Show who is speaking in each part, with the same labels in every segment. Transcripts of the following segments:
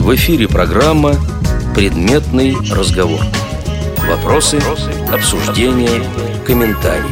Speaker 1: В эфире программа «Предметный разговор». Вопросы, обсуждения, комментарии.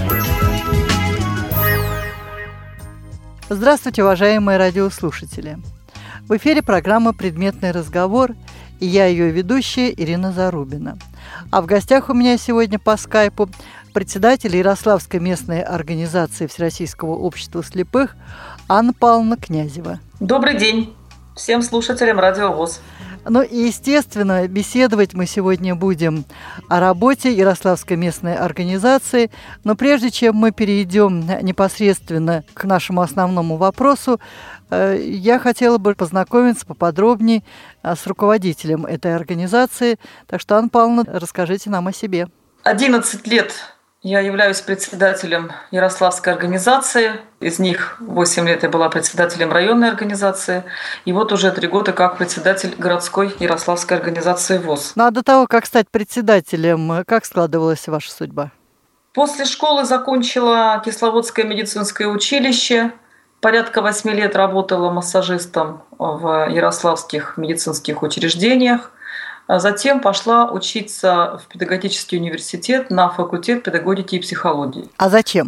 Speaker 2: Здравствуйте, уважаемые радиослушатели! В эфире программа «Предметный разговор», и я ее ведущая Ирина Зарубина. А в гостях у меня сегодня по скайпу председатель Ярославской местной организации Всероссийского общества слепых Анна Павловна Князева.
Speaker 3: Добрый день всем слушателям Радио ВОС.
Speaker 2: Ну и, естественно, беседовать мы сегодня будем о работе Ярославской местной организации. Но прежде чем мы перейдем непосредственно к нашему основному вопросу, я хотела бы познакомиться поподробнее с руководителем этой организации. Так что, Анна Павловна, расскажите нам о себе.
Speaker 3: 11 лет я являюсь председателем Ярославской организации. Из них 8 лет я была председателем районной организации. И вот уже 3 года как председатель городской Ярославской организации ВОС.
Speaker 2: Ну а до того, как стать председателем, как складывалась ваша судьба?
Speaker 3: После школы закончила Кисловодское медицинское училище. Порядка 8 лет работала массажистом в ярославских медицинских учреждениях. Затем пошла учиться в педагогический университет на факультет педагогики и психологии.
Speaker 2: А зачем?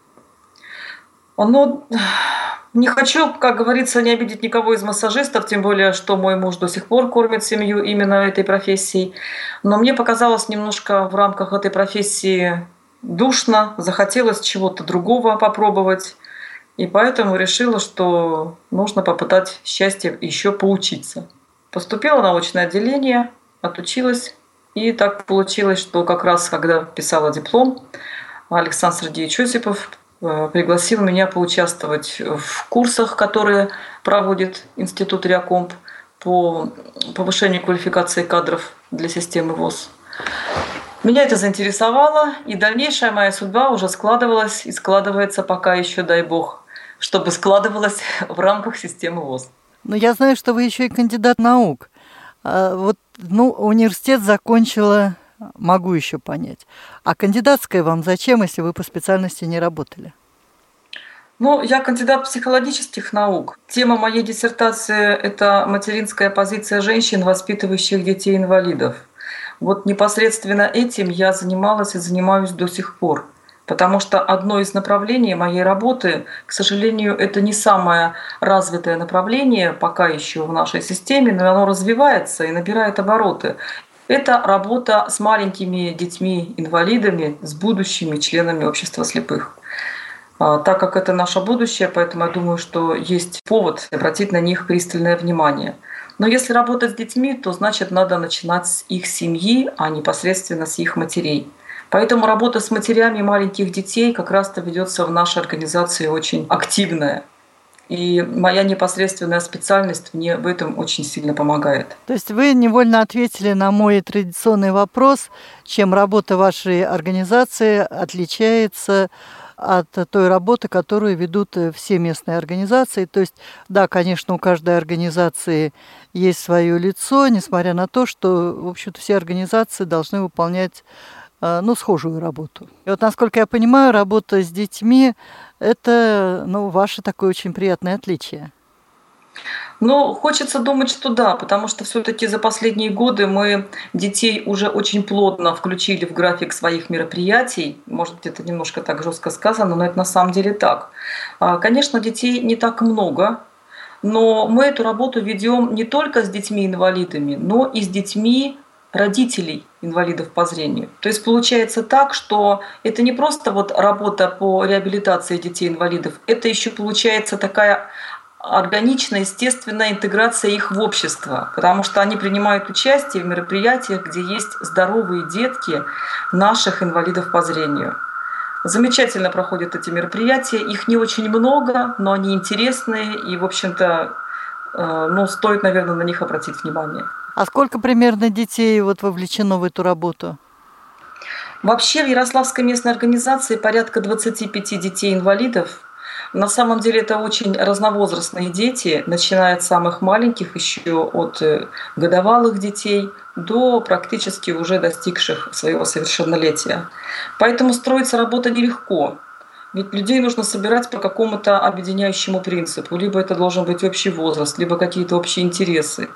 Speaker 3: Не хочу, как говорится, не обидеть никого из массажистов, тем более, что мой муж до сих пор кормит семью именно этой профессией. Но мне показалось немножко в рамках этой профессии душно, захотелось чего-то другого попробовать. И поэтому решила, что нужно попытать счастье еще поучиться. Поступила на очное отделение, отучилась. И так получилось, что как раз когда писала диплом, Александр Сергеевич Осипов пригласил меня поучаствовать в курсах, которые проводит Институт Реакомп по повышению квалификации кадров для системы ВОС. Меня это заинтересовало, и дальнейшая моя судьба уже складывалась и складывается пока еще, дай бог, чтобы складывалась в рамках системы ВОС.
Speaker 2: Но я знаю, что вы еще и кандидат наук. Университет закончила, могу еще понять. А кандидатская вам зачем, если вы по специальности не работали?
Speaker 3: Я кандидат психологических наук. Тема моей диссертации – это материнская позиция женщин, воспитывающих детей-инвалидов. Вот непосредственно этим я занималась и занимаюсь до сих пор. Потому что одно из направлений моей работы, к сожалению, это не самое развитое направление пока еще в нашей системе, но оно развивается и набирает обороты. Это работа с маленькими детьми-инвалидами, с будущими членами общества слепых. Так как это наше будущее, поэтому я думаю, что есть повод обратить на них пристальное внимание. Но если работать с детьми, то значит надо начинать с их семьи, а непосредственно с их матерей. Поэтому работа с матерями маленьких детей как раз-то ведется в нашей организации очень активная. И моя непосредственная специальность мне в этом очень сильно помогает.
Speaker 2: То есть вы невольно ответили на мой традиционный вопрос, чем работа вашей организации отличается от той работы, которую ведут все местные организации. То есть, да, конечно, у каждой организации есть свое лицо, несмотря на то, что, в общем-то, все организации должны выполнять схожую работу. И вот, насколько я понимаю, работа с детьми – это, ваше такое очень приятное отличие.
Speaker 3: Хочется думать, что да, потому что все-таки за последние годы мы детей уже очень плотно включили в график своих мероприятий. Может быть, это немножко так жестко сказано, но это на самом деле так. Конечно, детей не так много, но мы эту работу ведем не только с детьми-инвалидами, но и с детьми родителей инвалидов по зрению. То есть получается так, что это не просто работа по реабилитации детей-инвалидов, это еще получается такая органичная, естественная интеграция их в общество, потому что они принимают участие в мероприятиях, где есть здоровые детки наших инвалидов по зрению. Замечательно проходят эти мероприятия, их не очень много, но они интересные и, в общем-то, стоит, наверное, на них обратить внимание.
Speaker 2: А сколько примерно детей вовлечено в эту работу?
Speaker 3: Вообще в Ярославской местной организации порядка 25 детей-инвалидов. На самом деле это очень разновозрастные дети, начиная от самых маленьких, еще от годовалых детей, до практически уже достигших своего совершеннолетия. Поэтому строится работа нелегко. Ведь людей нужно собирать по какому-то объединяющему принципу. Либо это должен быть общий возраст, либо какие-то общие интересы.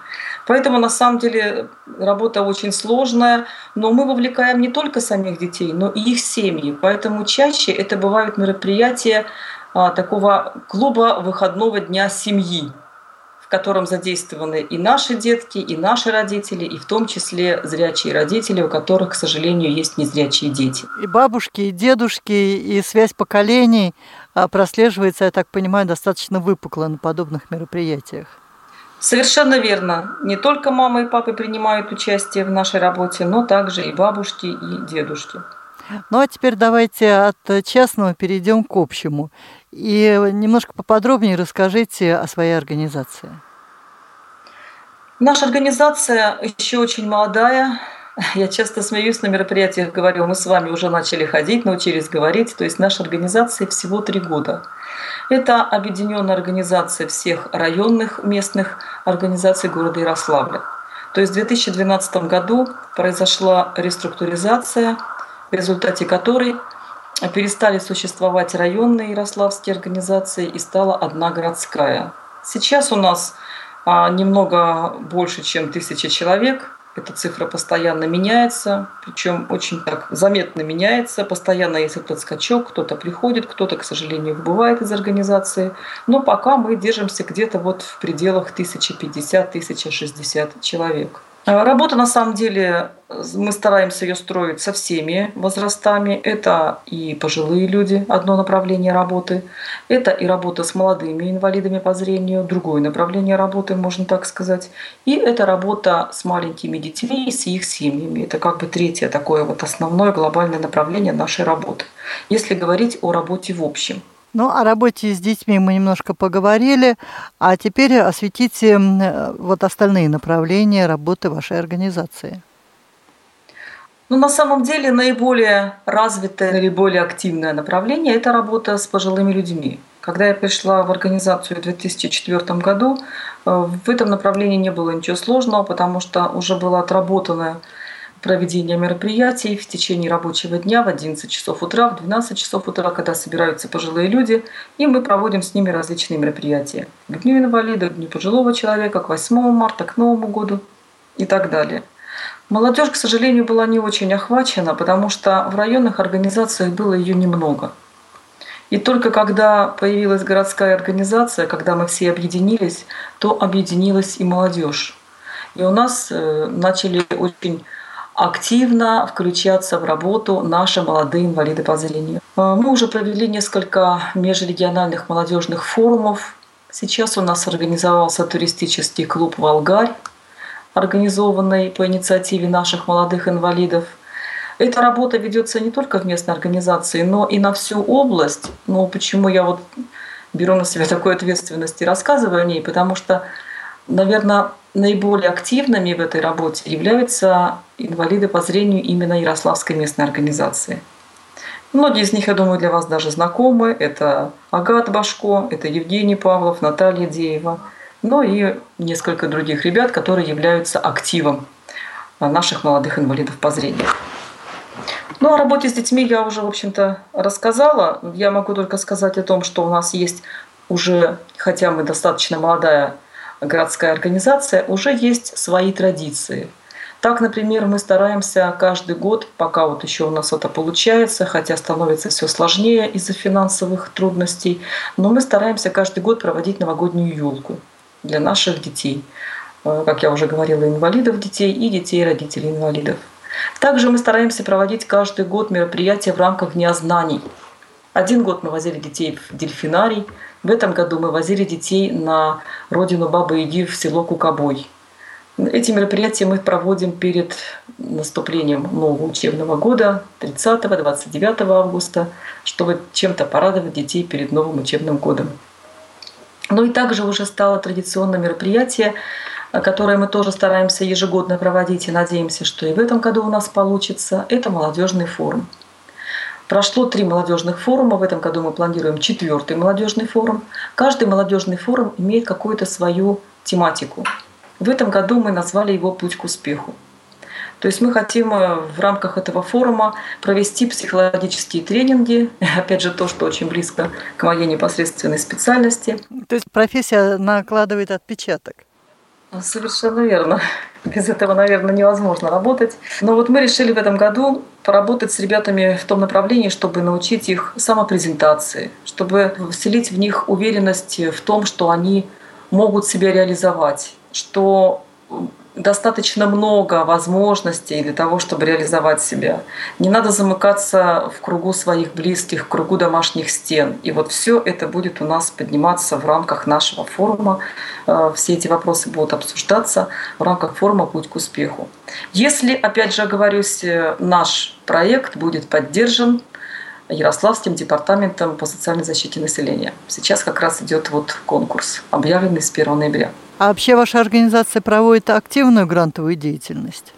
Speaker 3: Поэтому на самом деле работа очень сложная, но мы вовлекаем не только самих детей, но и их семьи. Поэтому чаще это бывают мероприятия такого клуба выходного дня семьи, в котором задействованы и наши детки, и наши родители, и в том числе зрячие родители, у которых, к сожалению, есть незрячие дети.
Speaker 2: И бабушки, и дедушки, и связь поколений прослеживается, я так понимаю, достаточно выпукло на подобных мероприятиях.
Speaker 3: Совершенно верно. Не только мама и папа принимают участие в нашей работе, но также и бабушки, и дедушки.
Speaker 2: Ну а теперь давайте от частного перейдем к общему. И немножко поподробнее расскажите о своей организации.
Speaker 3: Наша организация еще очень молодая. Я часто смеюсь на мероприятиях, говорю, мы с вами уже начали ходить, научились говорить. То есть нашей организации всего 3 года. Это объединенная организация всех районных местных организаций города Ярославля. То есть в 2012 году произошла реструктуризация, в результате которой перестали существовать районные ярославские организации и стала одна городская. Сейчас у нас немного больше, чем 1000 человек. Эта цифра постоянно меняется, причем очень так заметно меняется. Постоянно есть этот скачок, кто-то приходит, кто-то, к сожалению, выбывает из организации. Но пока мы держимся где-то вот в пределах 1050-1060 человек. Работа, на самом деле, мы стараемся ее строить со всеми возрастами. Это и пожилые люди, одно направление работы. Это и работа с молодыми инвалидами по зрению, другое направление работы, можно так сказать. И это работа с маленькими детьми и с их семьями. Это как бы третье такое вот основное глобальное направление нашей работы, если говорить о работе в общем.
Speaker 2: Ну, о работе с детьми мы немножко поговорили, а теперь осветите вот остальные направления работы вашей организации.
Speaker 3: Ну, на самом деле наиболее развитое, наиболее активное направление – это работа с пожилыми людьми. Когда я пришла в организацию в 2004 году, в этом направлении не было ничего сложного, потому что уже было отработано проведение мероприятий в течение рабочего дня в 11 часов утра, в 12 часов утра, когда собираются пожилые люди, и мы проводим с ними различные мероприятия. К Дню инвалида, к Дню пожилого человека, к 8 марта, к Новому году и так далее. Молодежь, к сожалению, была не очень охвачена, потому что в районных организациях было ее немного. И только когда появилась городская организация, когда мы все объединились, то объединилась и молодежь. И у нас начали очень активно включаться в работу наши молодые инвалиды по зрению. Мы уже провели несколько межрегиональных молодежных форумов. Сейчас у нас организовался туристический клуб «Волгарь», организованный по инициативе наших молодых инвалидов. Эта работа ведется не только в местной организации, но и на всю область. Но почему я вот беру на себя такую ответственность и рассказываю о ней? Потому что, наверное, наиболее активными в этой работе являются инвалиды по зрению именно Ярославской местной организации. Многие из них, я думаю, для вас даже знакомы. Это Агат Башко, это Евгений Павлов, Наталья Деева, но и несколько других ребят, которые являются активом наших молодых инвалидов по зрению. Ну, о работе с детьми я уже, в общем-то, рассказала. Я могу только сказать о том, что у нас есть уже, хотя мы достаточно молодая городская организация, уже есть свои традиции. Так, например, мы стараемся каждый год, пока вот еще у нас это получается, хотя становится все сложнее из-за финансовых трудностей, но мы стараемся каждый год проводить новогоднюю елку для наших детей. Как я уже говорила, инвалидов детей и детей родителей инвалидов. Также мы стараемся проводить каждый год мероприятия в рамках Дня знаний. Один год мы возили детей в дельфинарий. В этом году мы возили детей на родину Бабы-Яги в село Кукобой. Эти мероприятия мы проводим перед наступлением нового учебного года, 30-29 августа, чтобы чем-то порадовать детей перед новым учебным годом. Ну и также уже стало традиционное мероприятие, которое мы тоже стараемся ежегодно проводить и надеемся, что и в этом году у нас получится. Это молодежный форум. Прошло 3 молодежных форума, в этом году мы планируем 4-й молодежный форум. Каждый молодежный форум имеет какую-то свою тематику. В этом году мы назвали его «Путь к успеху». То есть мы хотим в рамках этого форума провести психологические тренинги, опять же то, что очень близко к моей непосредственной специальности.
Speaker 2: То есть профессия накладывает отпечаток?
Speaker 3: Совершенно верно. Без этого, наверное, невозможно работать. Но вот мы решили в этом году поработать с ребятами в том направлении, чтобы научить их самопрезентации, чтобы вселить в них уверенность в том, что они могут себя реализовать, что достаточно много возможностей для того, чтобы реализовать себя. Не надо замыкаться в кругу своих близких, в кругу домашних стен. И вот все это будет у нас подниматься в рамках нашего форума. Все эти вопросы будут обсуждаться в рамках форума «Путь к успеху». Если, опять же, оговорюсь, наш проект будет поддержан Ярославским департаментом по социальной защите населения. Сейчас как раз идет вот конкурс, объявленный с 1 ноября.
Speaker 2: А вообще ваша организация проводит активную грантовую деятельность?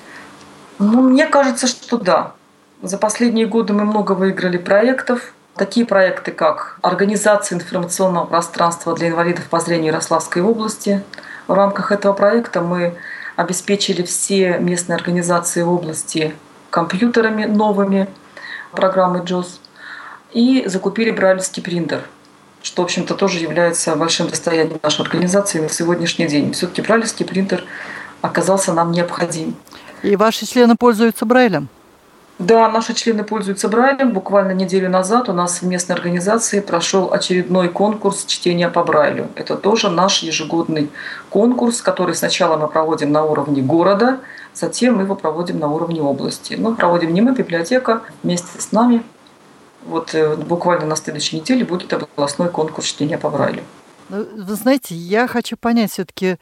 Speaker 3: Мне кажется, что да. За последние годы мы много выиграли проектов. Такие проекты, как организация информационного пространства для инвалидов по зрению Ярославской области. В рамках этого проекта мы обеспечили все местные организации области компьютерами новыми, программы JOS, и закупили брайлевский принтер, что, в общем-то, тоже является большим достоянием нашей организации на сегодняшний день. Все-таки брайлевский принтер оказался нам необходим.
Speaker 2: И ваши члены пользуются Брайлем?
Speaker 3: Да, наши члены пользуются Брайлем. Буквально неделю назад у нас в местной организации прошел очередной конкурс чтения по Брайлю. Это тоже наш ежегодный конкурс, который сначала мы проводим на уровне города, затем мы его проводим на уровне области. Но проводим не мы, библиотека, вместе с нами. Вот буквально на следующей неделе будет областной конкурс чтения по Брайлю.
Speaker 2: Вы знаете, я хочу понять все-таки,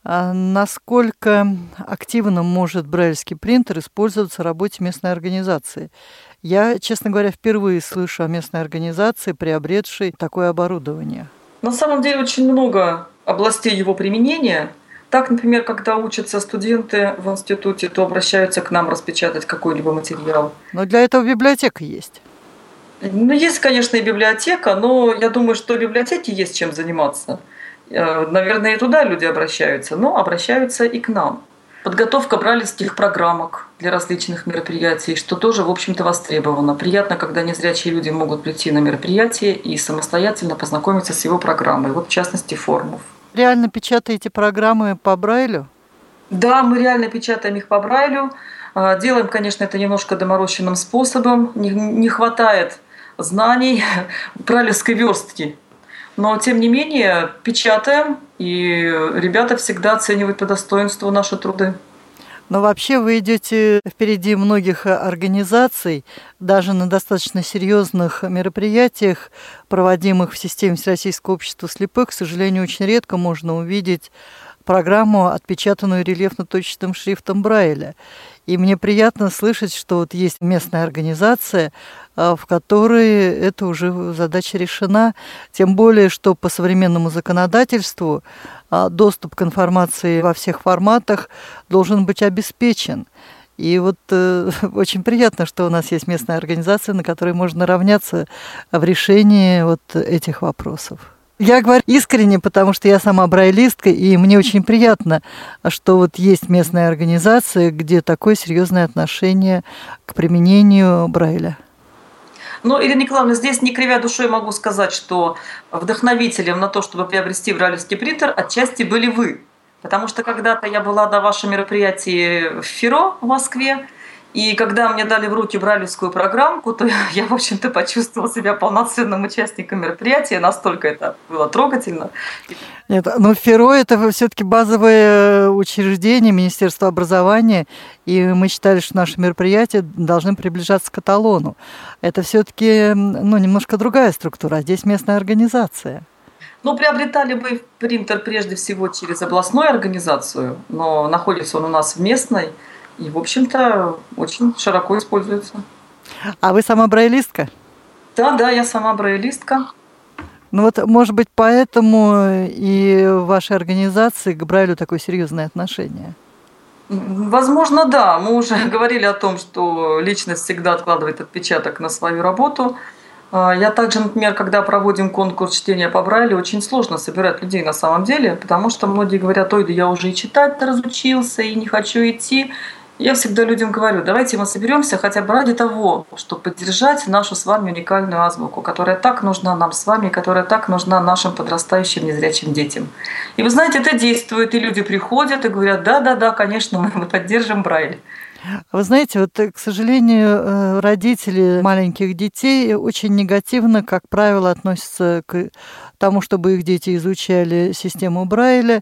Speaker 2: насколько активно может брайлевский принтер использоваться в работе местной организации. Я, честно говоря, впервые слышу о местной организации, приобретшей такое оборудование.
Speaker 3: На самом деле очень много областей его применения. Так, например, когда учатся студенты в институте, то обращаются к нам распечатать какой-либо материал.
Speaker 2: Но для этого библиотека есть.
Speaker 3: Есть, конечно, и библиотека, но я думаю, что в библиотеке есть чем заниматься. Наверное, и туда люди обращаются, но обращаются и к нам. Подготовка брайлевских программок для различных мероприятий, что тоже, в общем-то, востребовано. Приятно, когда незрячие люди могут прийти на мероприятие и самостоятельно познакомиться с его программой, вот в частности форумов.
Speaker 2: Реально печатаете программы по Брайлю?
Speaker 3: Да, мы реально печатаем их по Брайлю. Делаем, конечно, это немножко доморощенным способом. Не хватает знаний брайлевской верстки. Но, тем не менее, печатаем, и ребята всегда оценивают по достоинству наши труды.
Speaker 2: Но вообще вы идете впереди многих организаций, даже на достаточно серьезных мероприятиях, проводимых в системе Всероссийского общества слепых, к сожалению, очень редко можно увидеть программу, отпечатанную рельефно-точечным шрифтом Брайля. И мне приятно слышать, что вот есть местная организация, в которой эта уже задача решена. Тем более, что по современному законодательству доступ к информации во всех форматах должен быть обеспечен. И вот очень приятно, что у нас есть местная организация, на которой можно равняться в решении вот этих вопросов. Я говорю искренне, потому что я сама брайлистка, и мне очень приятно, что вот есть местная организация, где такое серьезное отношение к применению Брайля.
Speaker 3: Ну, Ирина Николаевна, здесь не кривя душой могу сказать, что вдохновителем на то, чтобы приобрести брайлевский принтер, отчасти были вы. Потому что когда-то я была на вашем мероприятии в ФИРО в Москве, и когда мне дали в руки брайлевскую программку, то я, в общем-то, почувствовала себя полноценным участником мероприятия, настолько это было трогательно.
Speaker 2: Нет, но ФИРО – это все-таки базовое учреждение Министерства образования, и мы считали, что наши мероприятия должны приближаться к эталону. Это все-таки немножко другая структура, а здесь местная организация.
Speaker 3: Приобретали бы принтер прежде всего через областную организацию, но находится он у нас в местной, и, в общем-то, очень широко используется.
Speaker 2: А вы сама брайлистка?
Speaker 3: Да, я сама брайлистка.
Speaker 2: Может быть, поэтому и в вашей организации к Брайлю такое серьезное отношение?
Speaker 3: Возможно, да. Мы уже говорили о том, что личность всегда откладывает отпечаток на свою работу. Я также, например, когда проводим конкурс чтения по Брайлю, очень сложно собирать людей на самом деле, потому что многие говорят: ой, да я уже и читать-то разучился, и не хочу идти. Я всегда людям говорю, давайте мы соберемся хотя бы ради того, чтобы поддержать нашу с вами уникальную азбуку, которая так нужна нам с вами, которая так нужна нашим подрастающим незрячим детям. И вы знаете, это действует, и люди приходят и говорят, да, конечно, мы поддержим Брайль.
Speaker 2: Вы знаете, вот, к сожалению, родители маленьких детей очень негативно, как правило, относятся к тому, чтобы их дети изучали систему Брайля.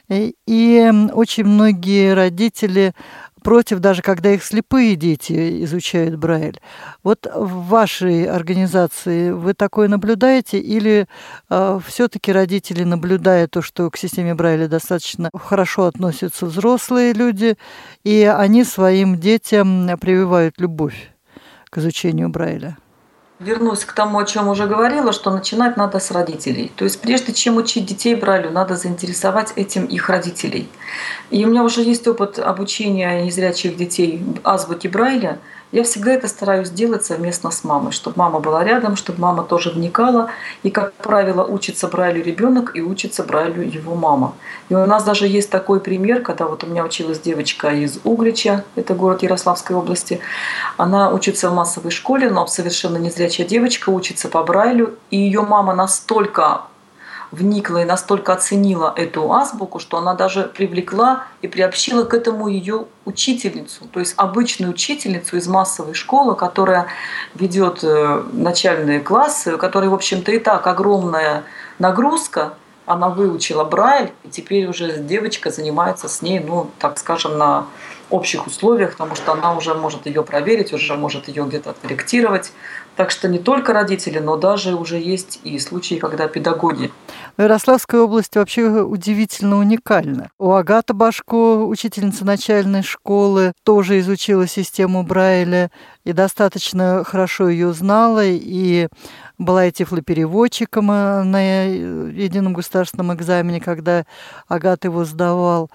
Speaker 2: И очень многие родители против, даже когда их слепые дети изучают Брайль. Вот в вашей организации вы такое наблюдаете или все-таки родители, наблюдая то, что к системе Брайля достаточно хорошо относятся взрослые люди, и они своим детям прививают любовь к изучению Брайля?
Speaker 3: Вернусь к тому, о чем уже говорила, что начинать надо с родителей. То есть прежде чем учить детей Брайлю, надо заинтересовать этим их родителей. И у меня уже есть опыт обучения незрячих детей азбуке Брайля. Я всегда это стараюсь делать совместно с мамой, чтобы мама была рядом, чтобы мама тоже вникала. И, как правило, учится Брайлю ребенок и учится Брайлю его мама. И у нас даже есть такой пример, когда вот у меня училась девочка из Углича, это город Ярославской области. Она учится в массовой школе, но совершенно незрячая девочка, учится по Брайлю. И ее мама настолько вникла и настолько оценила эту азбуку, что она даже привлекла и приобщила к этому ее учительницу, то есть обычную учительницу из массовой школы, которая ведет начальные классы, у которой, в общем-то, и так огромная нагрузка. Она выучила Брайль, и теперь уже девочка занимается с ней, так скажем, на общих условиях, потому что она уже может ее проверить, уже может ее где-то откорректировать. Так что не только родители, но даже уже есть и случаи, когда педагоги.
Speaker 2: Ярославская область вообще удивительно уникальна. У Агаты Башко, учительница начальной школы, тоже изучила систему Брайля и достаточно хорошо ее знала, и была и тифлопереводчиком на едином государственном экзамене, когда Агат его сдавал.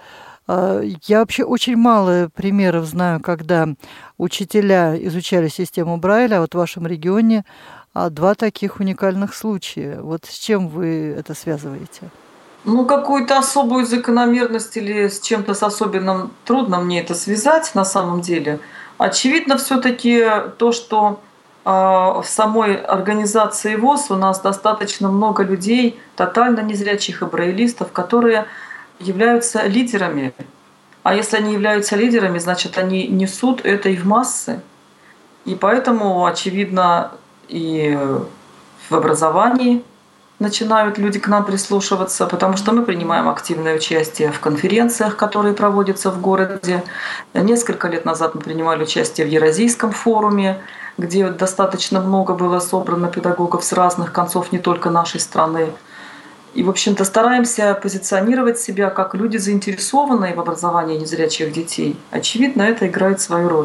Speaker 2: Я вообще очень мало примеров знаю, когда учителя изучали систему Брайля, а вот в вашем регионе 2 таких уникальных случая. Вот с чем вы это связываете?
Speaker 3: Какую-то особую закономерность или с чем-то с особенным трудно мне это связать на самом деле. Очевидно все-таки то, что в самой организации ВОС у нас достаточно много людей, тотально незрячих и брайлистов, которые являются лидерами. А если они являются лидерами, значит, они несут это и в массы. И поэтому, очевидно, и в образовании начинают люди к нам прислушиваться, потому что мы принимаем активное участие в конференциях, которые проводятся в городе. Несколько лет назад мы принимали участие в Евразийском форуме, где достаточно много было собрано педагогов с разных концов, не только нашей страны. И, в общем-то, стараемся позиционировать себя как люди, заинтересованные в образовании незрячих детей. Очевидно, это играет свою роль.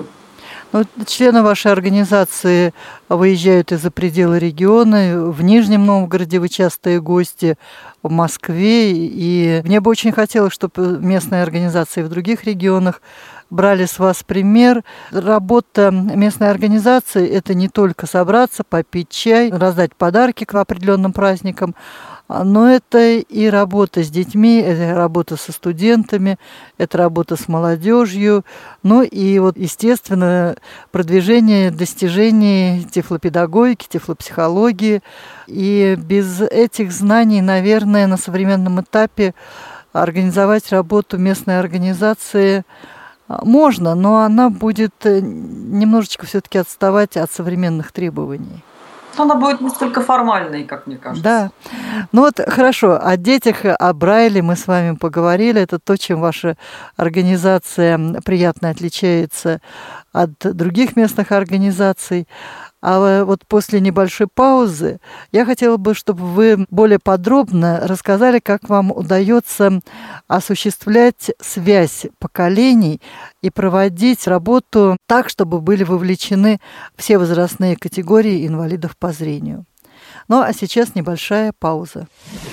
Speaker 2: Члены вашей организации выезжают и за пределы региона. В Нижнем Новгороде вы частые гости, в Москве. И мне бы очень хотелось, чтобы местные организации в других регионах брали с вас пример. Работа местной организации – это не только собраться, попить чай, раздать подарки к определенным праздникам, но это и работа с детьми, это работа со студентами, это работа с молодежью, и естественно, продвижение достижений тифлопедагогики, тифлопсихологии. И без этих знаний, наверное, на современном этапе организовать работу местной организации можно, но она будет немножечко все-таки отставать от современных требований.
Speaker 3: Она будет несколько формальной, как мне кажется.
Speaker 2: Да. Хорошо, о детях, о Брайле мы с вами поговорили. Это то, чем ваша организация приятно отличается от других местных организаций. А вот после небольшой паузы я хотела бы, чтобы вы более подробно рассказали, как вам удается осуществлять связь поколений и проводить работу так, чтобы были вовлечены все возрастные категории инвалидов по зрению. А сейчас небольшая пауза.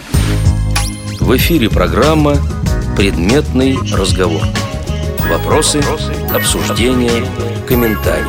Speaker 1: В эфире программа «Предметный разговор». Вопросы, обсуждения, комментарии.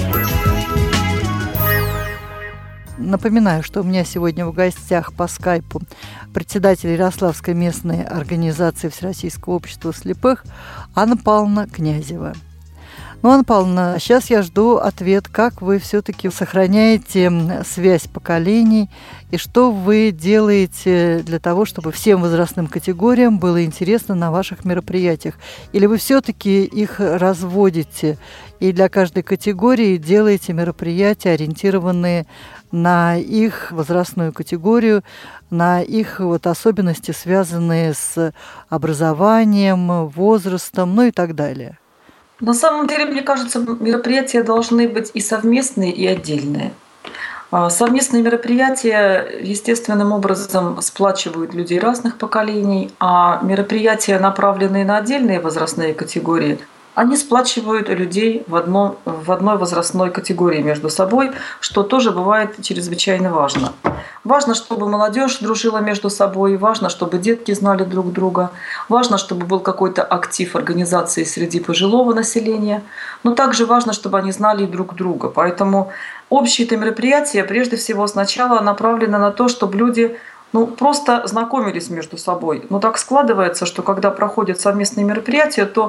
Speaker 2: Напоминаю, что у меня сегодня в гостях по скайпу председатель Ярославской местной организации Всероссийского общества слепых Анна Павловна Князева. Ну, Анна Павловна, сейчас я жду ответ, как вы все-таки сохраняете связь поколений и что вы делаете для того, чтобы всем возрастным категориям было интересно на ваших мероприятиях. Или вы все-таки их разводите и для каждой категории делаете мероприятия, ориентированные на их возрастную категорию, на их особенности, связанные с образованием, возрастом, ну и так далее.
Speaker 3: На самом деле, мне кажется, мероприятия должны быть и совместные, и отдельные. Совместные мероприятия естественным образом сплачивают людей разных поколений, а мероприятия, направленные на отдельные возрастные категории, они сплачивают людей в одной возрастной категории между собой, что тоже бывает чрезвычайно важно. Важно, чтобы молодежь дружила между собой, важно, чтобы детки знали друг друга, важно, чтобы был какой-то актив организации среди пожилого населения, но также важно, чтобы они знали друг друга. Поэтому общее это мероприятие прежде всего сначала направлено на то, чтобы люди просто знакомились между собой. Но так складывается, что когда проходят совместные мероприятия, то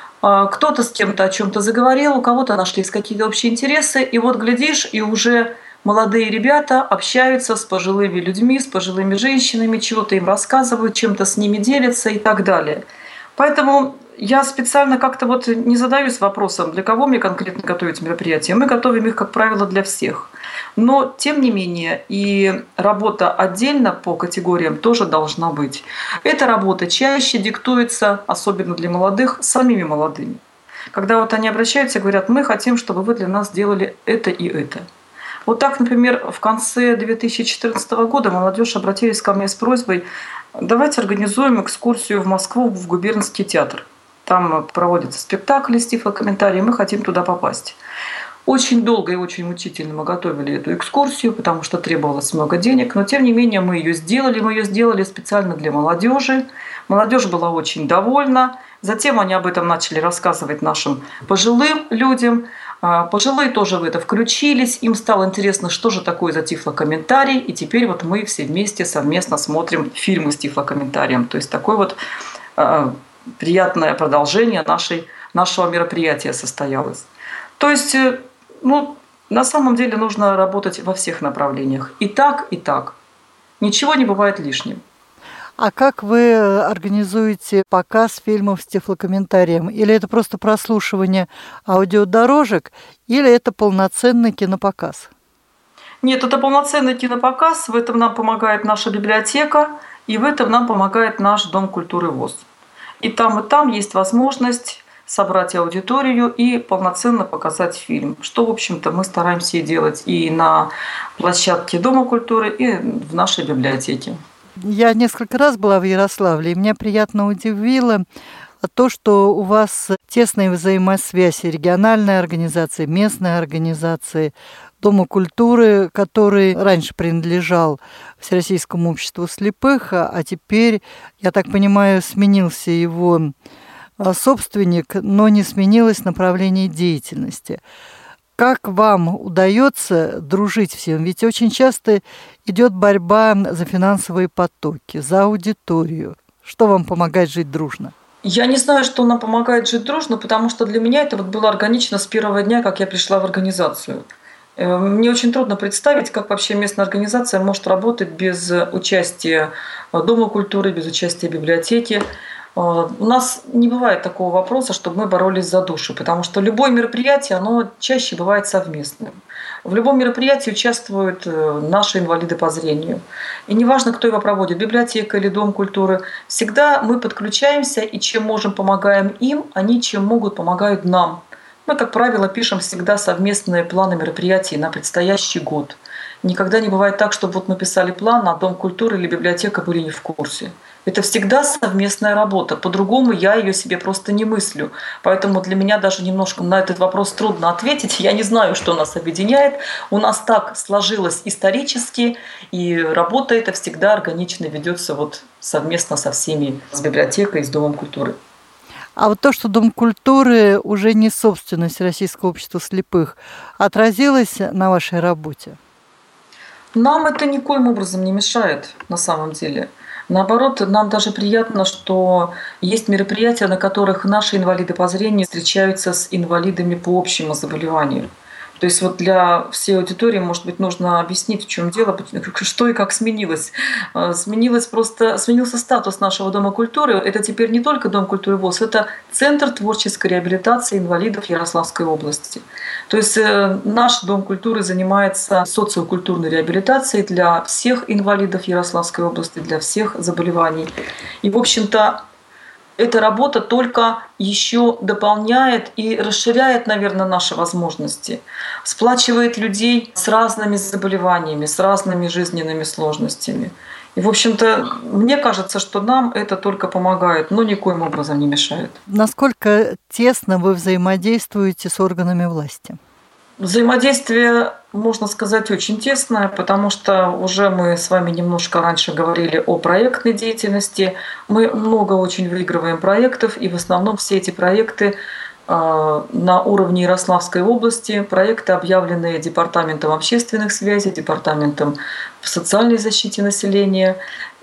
Speaker 3: кто-то с кем-то о чем-то заговорил, у кого-то нашлись какие-то общие интересы, и вот глядишь, и уже молодые ребята общаются с пожилыми людьми, с пожилыми женщинами, чего-то им рассказывают, чем-то с ними делятся и так далее. Поэтому я специально как-то не задаюсь вопросом, для кого мне конкретно готовить мероприятия. Мы готовим их, как правило, для всех. Но, тем не менее, и работа отдельно по категориям тоже должна быть. Эта работа чаще диктуется, особенно для молодых, самими молодыми. Когда они обращаются и говорят, мы хотим, чтобы вы для нас сделали это и это. Вот так, например, в конце 2014 года молодежь обратились ко мне с просьбой, давайте организуем экскурсию в Москву в губернский театр. Там проводятся спектакли с тифлокомментарием, мы хотим туда попасть. Очень долго и очень мучительно мы готовили эту экскурсию, потому что требовалось много денег, но тем не менее мы ее сделали специально для молодежи. Молодежь была очень довольна. Затем они об этом начали рассказывать нашим пожилым людям. Пожилые тоже в это включились. Им стало интересно, что же такое за тифлокомментарий. И теперь мы все вместе совместно смотрим фильмы с тифлокомментарием. То есть такое приятное продолжение нашего мероприятия состоялось. То есть, на самом деле нужно работать во всех направлениях. И так, и так. Ничего не бывает лишним.
Speaker 2: А как вы организуете показ фильмов с тифлокомментарием? Или это просто прослушивание аудиодорожек, или это полноценный кинопоказ?
Speaker 3: Нет, это полноценный кинопоказ. В этом нам помогает наша библиотека, и в этом нам помогает наш Дом культуры ВОС. И там есть возможность собрать аудиторию и полноценно показать фильм, что, в общем-то, мы стараемся и делать и на площадке Дома культуры, и в нашей библиотеке.
Speaker 2: Я несколько раз была в Ярославле, и меня приятно удивило то, что у вас тесная взаимосвязь региональной организации, местной организации, Дома культуры, который раньше принадлежал Всероссийскому обществу слепых, а теперь, я так понимаю, сменился его собственник, но не сменилось направление деятельности. Как вам удается дружить всем? Ведь очень часто идет борьба за финансовые потоки, за аудиторию. Что вам помогает жить дружно?
Speaker 3: Я не знаю, что нам помогает жить дружно, потому что для меня это было органично с первого дня, как я пришла в организацию. Мне очень трудно представить, как вообще местная организация может работать без участия Дома культуры, без участия библиотеки. У нас не бывает такого вопроса, чтобы мы боролись за душу, потому что любое мероприятие, оно чаще бывает совместным. В любом мероприятии участвуют наши инвалиды по зрению. И неважно, кто его проводит, библиотека или Дом культуры, всегда мы подключаемся и чем можем, помогаем им, они чем могут, помогают нам. Мы, как правило, пишем всегда совместные планы мероприятий на предстоящий год. Никогда не бывает так, чтобы мы писали план, а Дом культуры или библиотека были не в курсе. Это всегда совместная работа. По-другому я ее себе просто не мыслю. Поэтому для меня даже немножко на этот вопрос трудно ответить. Я не знаю, что нас объединяет. У нас так сложилось исторически, и работа эта всегда органично ведется совместно со всеми, с библиотекой и с Домом культуры.
Speaker 2: А то, что Дом культуры уже не собственность Российского общества слепых, отразилось на вашей работе?
Speaker 3: Нам это никоим образом не мешает, на самом деле. Наоборот, нам даже приятно, что есть мероприятия, на которых наши инвалиды по зрению встречаются с инвалидами по общему заболеванию. То есть вот для всей аудитории, может быть, нужно объяснить, в чем дело, что и как сменилось. Сменился статус нашего Дома культуры. Это теперь не только Дом культуры ВОС, это Центр творческой реабилитации инвалидов Ярославской области. То есть наш Дом культуры занимается социокультурной реабилитацией для всех инвалидов Ярославской области, для всех заболеваний. И, в общем-то, эта работа только еще дополняет и расширяет, наверное, наши возможности, сплачивает людей с разными заболеваниями, с разными жизненными сложностями. И, в общем-то, мне кажется, что нам это только помогает, но никоим образом не мешает.
Speaker 2: Насколько тесно вы взаимодействуете с органами власти?
Speaker 3: Взаимодействие, можно сказать, очень тесное, потому что уже мы с вами немножко раньше говорили о проектной деятельности. Мы много очень выигрываем проектов, и в основном все эти проекты на уровне Ярославской области, проекты, объявленные Департаментом общественных связей, Департаментом по социальной защите населения,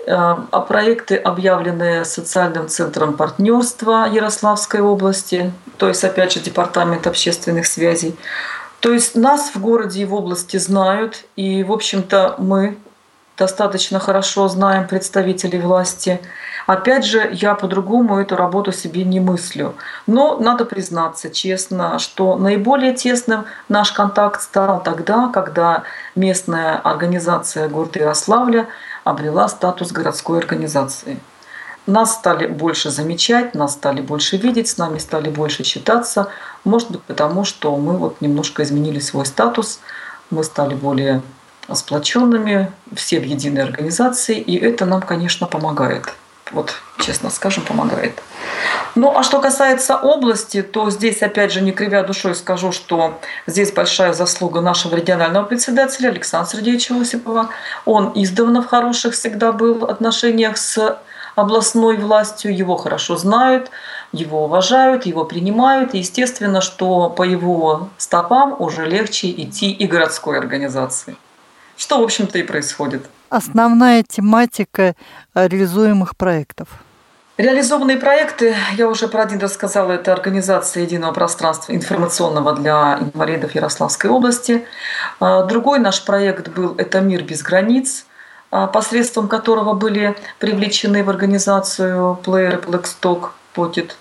Speaker 3: а проекты, объявленные Социальным центром партнерства Ярославской области, то есть, опять же, Департамент общественных связей. То есть нас в городе и в области знают, и, в общем-то, мы достаточно хорошо знаем представителей власти. Опять же, я по-другому эту работу себе не мыслю. Но надо признаться честно, что наиболее тесным наш контакт стал тогда, когда местная организация города Ярославля обрела статус городской организации. Нас стали больше замечать, нас стали больше видеть, с нами стали больше считаться. Может быть, потому что мы вот немножко изменили свой статус, мы стали более сплоченными, все в единой организации, и это нам, конечно, помогает. Вот, честно скажем, помогает. Ну, а что касается области, то здесь, опять же, не кривя душой скажу, что здесь большая заслуга нашего регионального председателя Александра Сергеевича Осипова. Он издавна в хороших всегда был отношениях с областной властью, его хорошо знают, его уважают, его принимают. И естественно, что по его стопам уже легче идти и городской организации. Что, в общем-то, и происходит.
Speaker 2: Основная тематика реализуемых проектов.
Speaker 3: Реализованные проекты, я уже про один рассказала, это организация единого пространства информационного для инвалидов Ярославской области. Другой наш проект был «Это мир без границ», посредством которого были привлечены в организацию плееры Blackstock Pocket.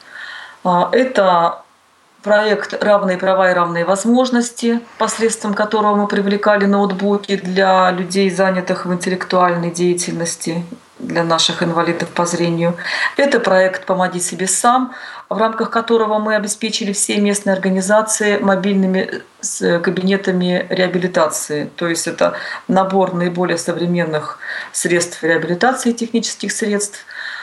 Speaker 3: Это проект «Равные права и равные возможности», посредством которого мы привлекали ноутбуки для людей, занятых в интеллектуальной деятельности, для наших инвалидов по зрению. Это проект «Помоги себе сам», в рамках которого мы обеспечили все местные организации мобильными кабинетами реабилитации. То есть это набор наиболее современных средств реабилитации, технических средств,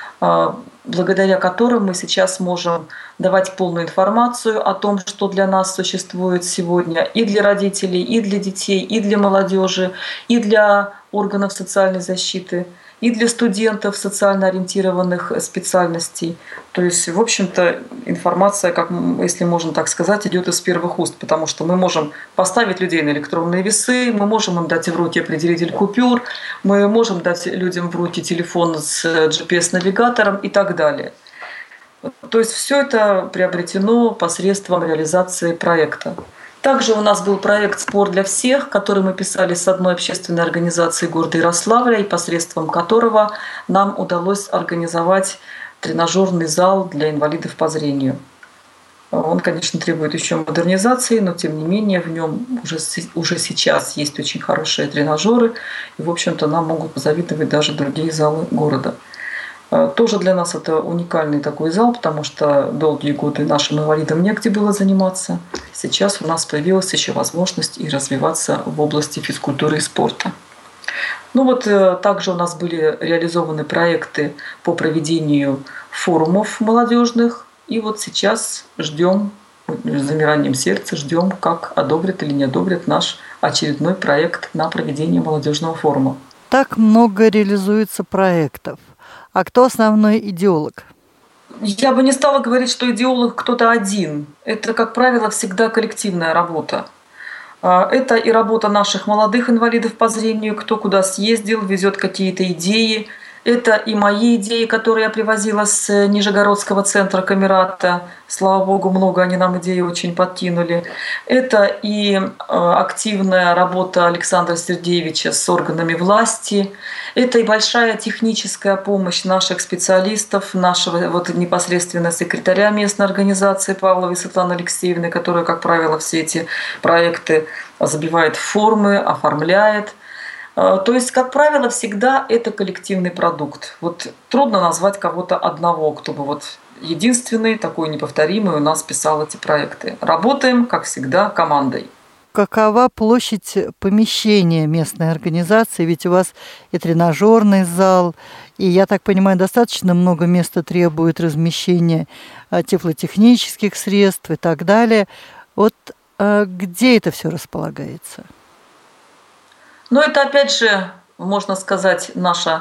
Speaker 3: благодаря которым мы сейчас можем давать полную информацию о том, что для нас существует сегодня и для родителей, и для детей, и для молодежи, и для органов социальной защиты, и для студентов социально ориентированных специальностей. То есть, в общем-то, информация, как, если можно так сказать, идет из первых уст, потому что мы можем поставить людей на электронные весы, мы можем им дать в руки определитель купюр, мы можем дать людям в руки телефон с GPS-навигатором и так далее. То есть все это приобретено посредством реализации проекта. Также у нас был проект «Спорт для всех», который мы писали с одной общественной организацией города Ярославля, и посредством которого нам удалось организовать тренажерный зал для инвалидов по зрению. Он, конечно, требует еще модернизации, но тем не менее в нем уже сейчас есть очень хорошие тренажеры, и, в общем-то, нам могут позавидовать даже другие залы города. Тоже для нас это уникальный такой зал, потому что долгие годы нашим инвалидам негде было заниматься. Сейчас у нас появилась еще возможность и развиваться в области физкультуры и спорта. Ну вот также у нас были реализованы проекты по проведению форумов молодежных. И вот сейчас ждем, с замиранием сердца ждем, как одобрят или не одобрят наш очередной проект на проведение молодежного форума.
Speaker 2: Так много реализуется проектов. А кто основной идеолог?
Speaker 3: Я бы не стала говорить, что идеолог кто-то один. Это, как правило, всегда коллективная работа. Это и работа наших молодых инвалидов по зрению, кто куда съездил, везет какие-то идеи, Это и мои идеи, которые я привозила с Нижегородского центра Камерата. Слава богу, много они нам идеи очень подкинули. Это и активная работа Александра Сергеевича с органами власти. Это и большая техническая помощь наших специалистов, нашего вот непосредственно секретаря местной организации Павловой Светланы Алексеевны, которая, как правило, все эти проекты забивает в формы, оформляет. То есть, как правило, всегда это коллективный продукт. Вот трудно назвать кого-то одного, кто бы вот единственный, такой неповторимый у нас писал эти проекты. Работаем, как всегда, командой.
Speaker 2: Какова площадь помещения местной организации? Ведь у вас и тренажерный зал, и, я так понимаю, достаточно много места требует размещения теплотехнических средств и так далее. Вот где это все располагается?
Speaker 3: Но это, опять же, можно сказать, наше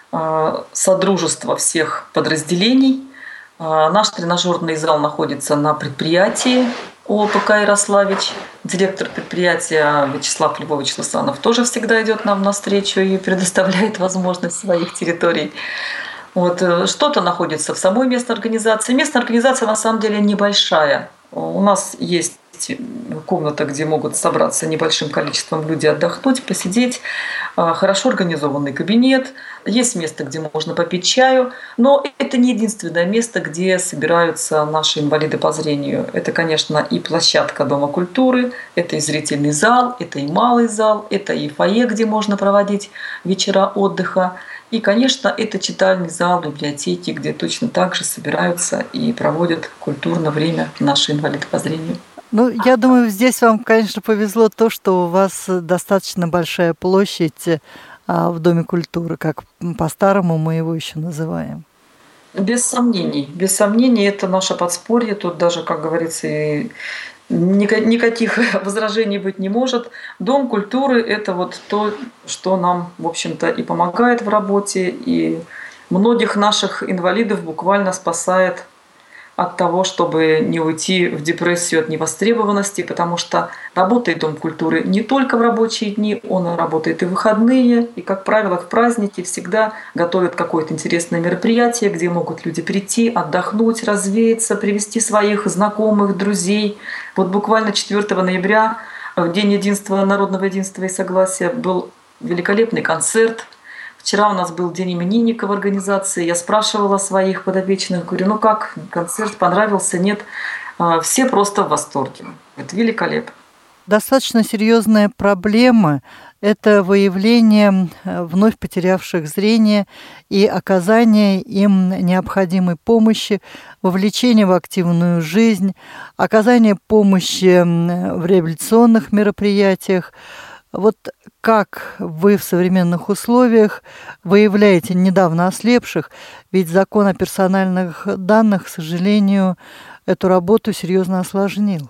Speaker 3: содружество всех подразделений. Наш тренажерный зал находится на предприятии ОПК «Ярославич». Директор предприятия Вячеслав Львович Лысанов тоже всегда идет нам навстречу и предоставляет возможность своих территорий. Вот. Что-то находится в самой местной организации. Местная организация на самом деле небольшая. У нас есть комната, где могут собраться небольшим количеством людей, отдохнуть, посидеть. Хорошо организованный кабинет. Есть место, где можно попить чаю. Но это не единственное место, где собираются наши инвалиды по зрению. Это, конечно, и площадка Дома культуры, это и зрительный зал, это и малый зал, это и фойе, где можно проводить вечера отдыха. И, конечно, это читальный зал, библиотеки, где точно так же собираются и проводят культурное время наши инвалиды по зрению.
Speaker 2: Ну, я думаю, здесь вам, конечно, повезло то, что у вас достаточно большая площадь в Доме культуры, как по-старому мы его еще называем.
Speaker 3: Без сомнений, это наше подспорье. Тут даже, как говорится, и никаких возражений быть не может. Дом культуры – это вот то, что нам, в общем-то, и помогает в работе, и многих наших инвалидов буквально спасает от того, чтобы не уйти в депрессию от невостребованности, потому что работает Дом культуры не только в рабочие дни, он работает и в выходные, и, как правило, в праздники всегда готовят какое-то интересное мероприятие, где могут люди прийти, отдохнуть, развеяться, привести своих знакомых, друзей. Вот буквально 4 ноября, в День единства, народного единства и согласия, был великолепный концерт. Вчера у нас был день именинника в организации. Я спрашивала своих подопечных, говорю, ну как, концерт понравился, нет? Все просто в восторге. Это великолепно.
Speaker 2: Достаточно серьезная проблема – это выявление вновь потерявших зрение и оказание им необходимой помощи, вовлечение в активную жизнь, оказание помощи в реабилитационных мероприятиях. Вот как вы в современных условиях выявляете недавно ослепших? Ведь закон о персональных данных, к сожалению, эту работу серьезно осложнил.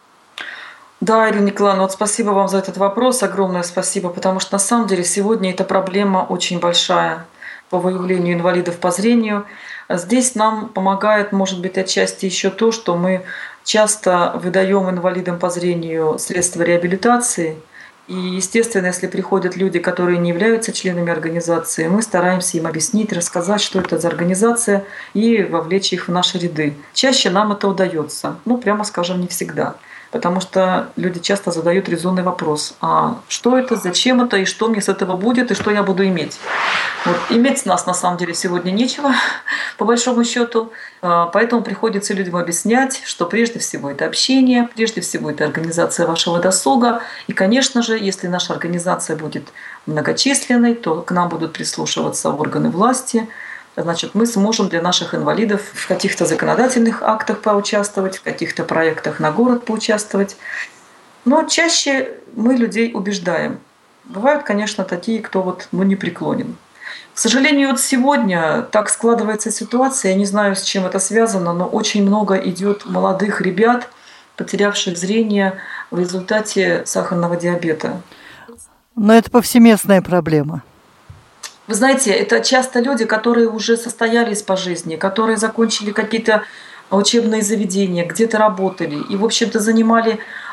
Speaker 3: Да, Ирина Николаевна, вот спасибо вам за этот вопрос, огромное спасибо, потому что на самом деле сегодня эта проблема очень большая по выявлению инвалидов по зрению. Здесь нам помогает, может быть, отчасти еще то, что мы часто выдаем инвалидам по зрению средства реабилитации. И, естественно, если приходят люди, которые не являются членами организации, мы стараемся им объяснить, рассказать, что это за организация, и вовлечь их в наши ряды. Чаще нам это удается, прямо скажем, не всегда. Потому что люди часто задают резонный вопрос: а что это, зачем это, и что мне с этого будет, и что я буду иметь? Вот, иметь с нас на самом деле сегодня нечего, по большому счету. Поэтому приходится людям объяснять, что прежде всего это общение, прежде всего это организация вашего досуга. И, конечно же, если наша организация будет многочисленной, то к нам будут прислушиваться органы власти. Значит, мы сможем для наших инвалидов в каких-то законодательных актах поучаствовать, в каких-то проектах на город поучаствовать. Но чаще мы людей убеждаем. Бывают, конечно, такие, кто не преклонен. К сожалению, вот сегодня так складывается ситуация, я не знаю, с чем это связано, но очень много идет молодых ребят, потерявших зрение в результате сахарного диабета.
Speaker 2: Но это повсеместная проблема.
Speaker 3: Вы знаете, это часто люди, которые уже состоялись по жизни, которые закончили какие-то учебные заведения, где-то работали и, в общем-то, занимали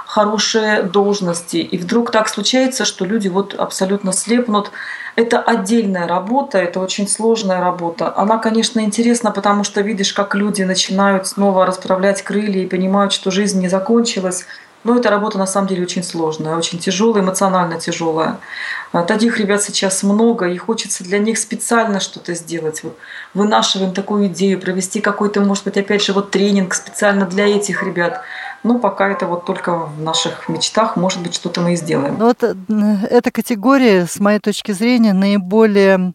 Speaker 3: хорошие должности. И вдруг так случается, что люди вот абсолютно слепнут. Это отдельная работа, это очень сложная работа. Она, конечно, интересна, потому что видишь, как люди начинают снова расправлять крылья и понимают, что жизнь не закончилась. Но эта работа на самом деле очень сложная, очень тяжелая, эмоционально тяжелая. Таких ребят сейчас много, и хочется для них специально что-то сделать. Вот вынашиваем такую идею, провести какой-то, может быть, опять же, вот тренинг специально для этих ребят. Но пока это вот только в наших мечтах, может быть, что-то мы и сделаем.
Speaker 2: Вот эта категория, с моей точки зрения, наиболее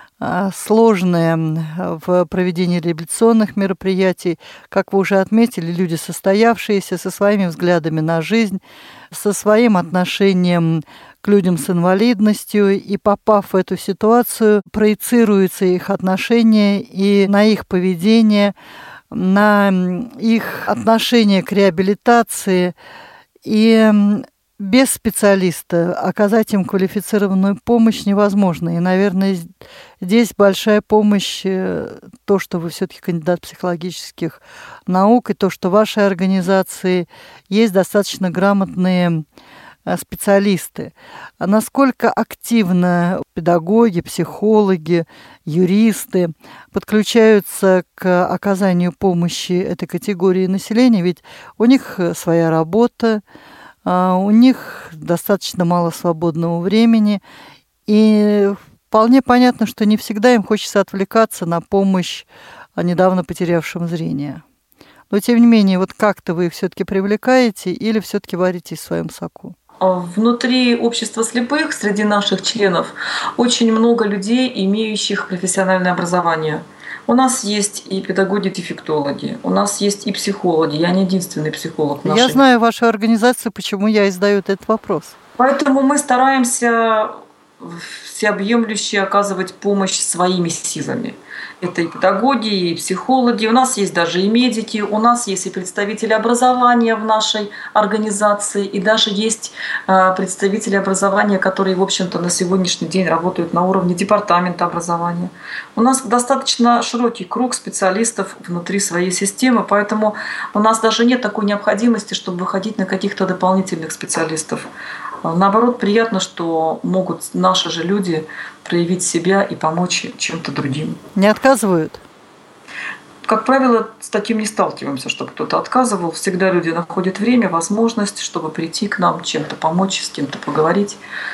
Speaker 2: сложные в проведении реабилитационных мероприятий. Как вы уже отметили, люди состоявшиеся, со своими взглядами на жизнь, со своим отношением к людям с инвалидностью, и попав в эту ситуацию, проецируются их отношения и на их поведение, на их отношение к реабилитации. И без специалиста оказать им квалифицированную помощь невозможно. И, наверное, здесь большая помощь то, что вы все-таки кандидат психологических наук, и то, что в вашей организации есть достаточно грамотные специалисты. А насколько активно педагоги, психологи, юристы подключаются к оказанию помощи этой категории населения? Ведь у них своя работа, у них достаточно мало свободного времени, и вполне понятно, что не всегда им хочется отвлекаться на помощь недавно потерявшим зрение. Но, тем не менее, вот как-то вы их все-таки привлекаете или все-таки варитесь в своем соку?
Speaker 3: Внутри общества слепых, среди наших членов, очень много людей, имеющих профессиональное образование. У нас есть и педагоги-дефектологи, у нас есть и психологи. Я не единственный психолог в нашей.
Speaker 2: Я знаю вашу организацию, почему я и задаю этот вопрос.
Speaker 3: Поэтому мы стараемся всеобъемлюще оказывать помощь своими силами. Это и педагоги, и психологи. У нас есть даже и медики, у нас есть и представители образования в нашей организации, и даже есть представители образования, которые, в общем-то, на сегодняшний день работают на уровне департамента образования. У нас достаточно широкий круг специалистов внутри своей системы, поэтому у нас даже нет такой необходимости, чтобы выходить на каких-то дополнительных специалистов. Наоборот, приятно, что могут наши же люди проявить себя и помочь чем-то другим.
Speaker 2: Не отказывают?
Speaker 3: Как правило, с таким не сталкиваемся, чтобы кто-то отказывал. Всегда люди находят время, возможность, чтобы прийти к нам, чем-то помочь, с кем-то поговорить.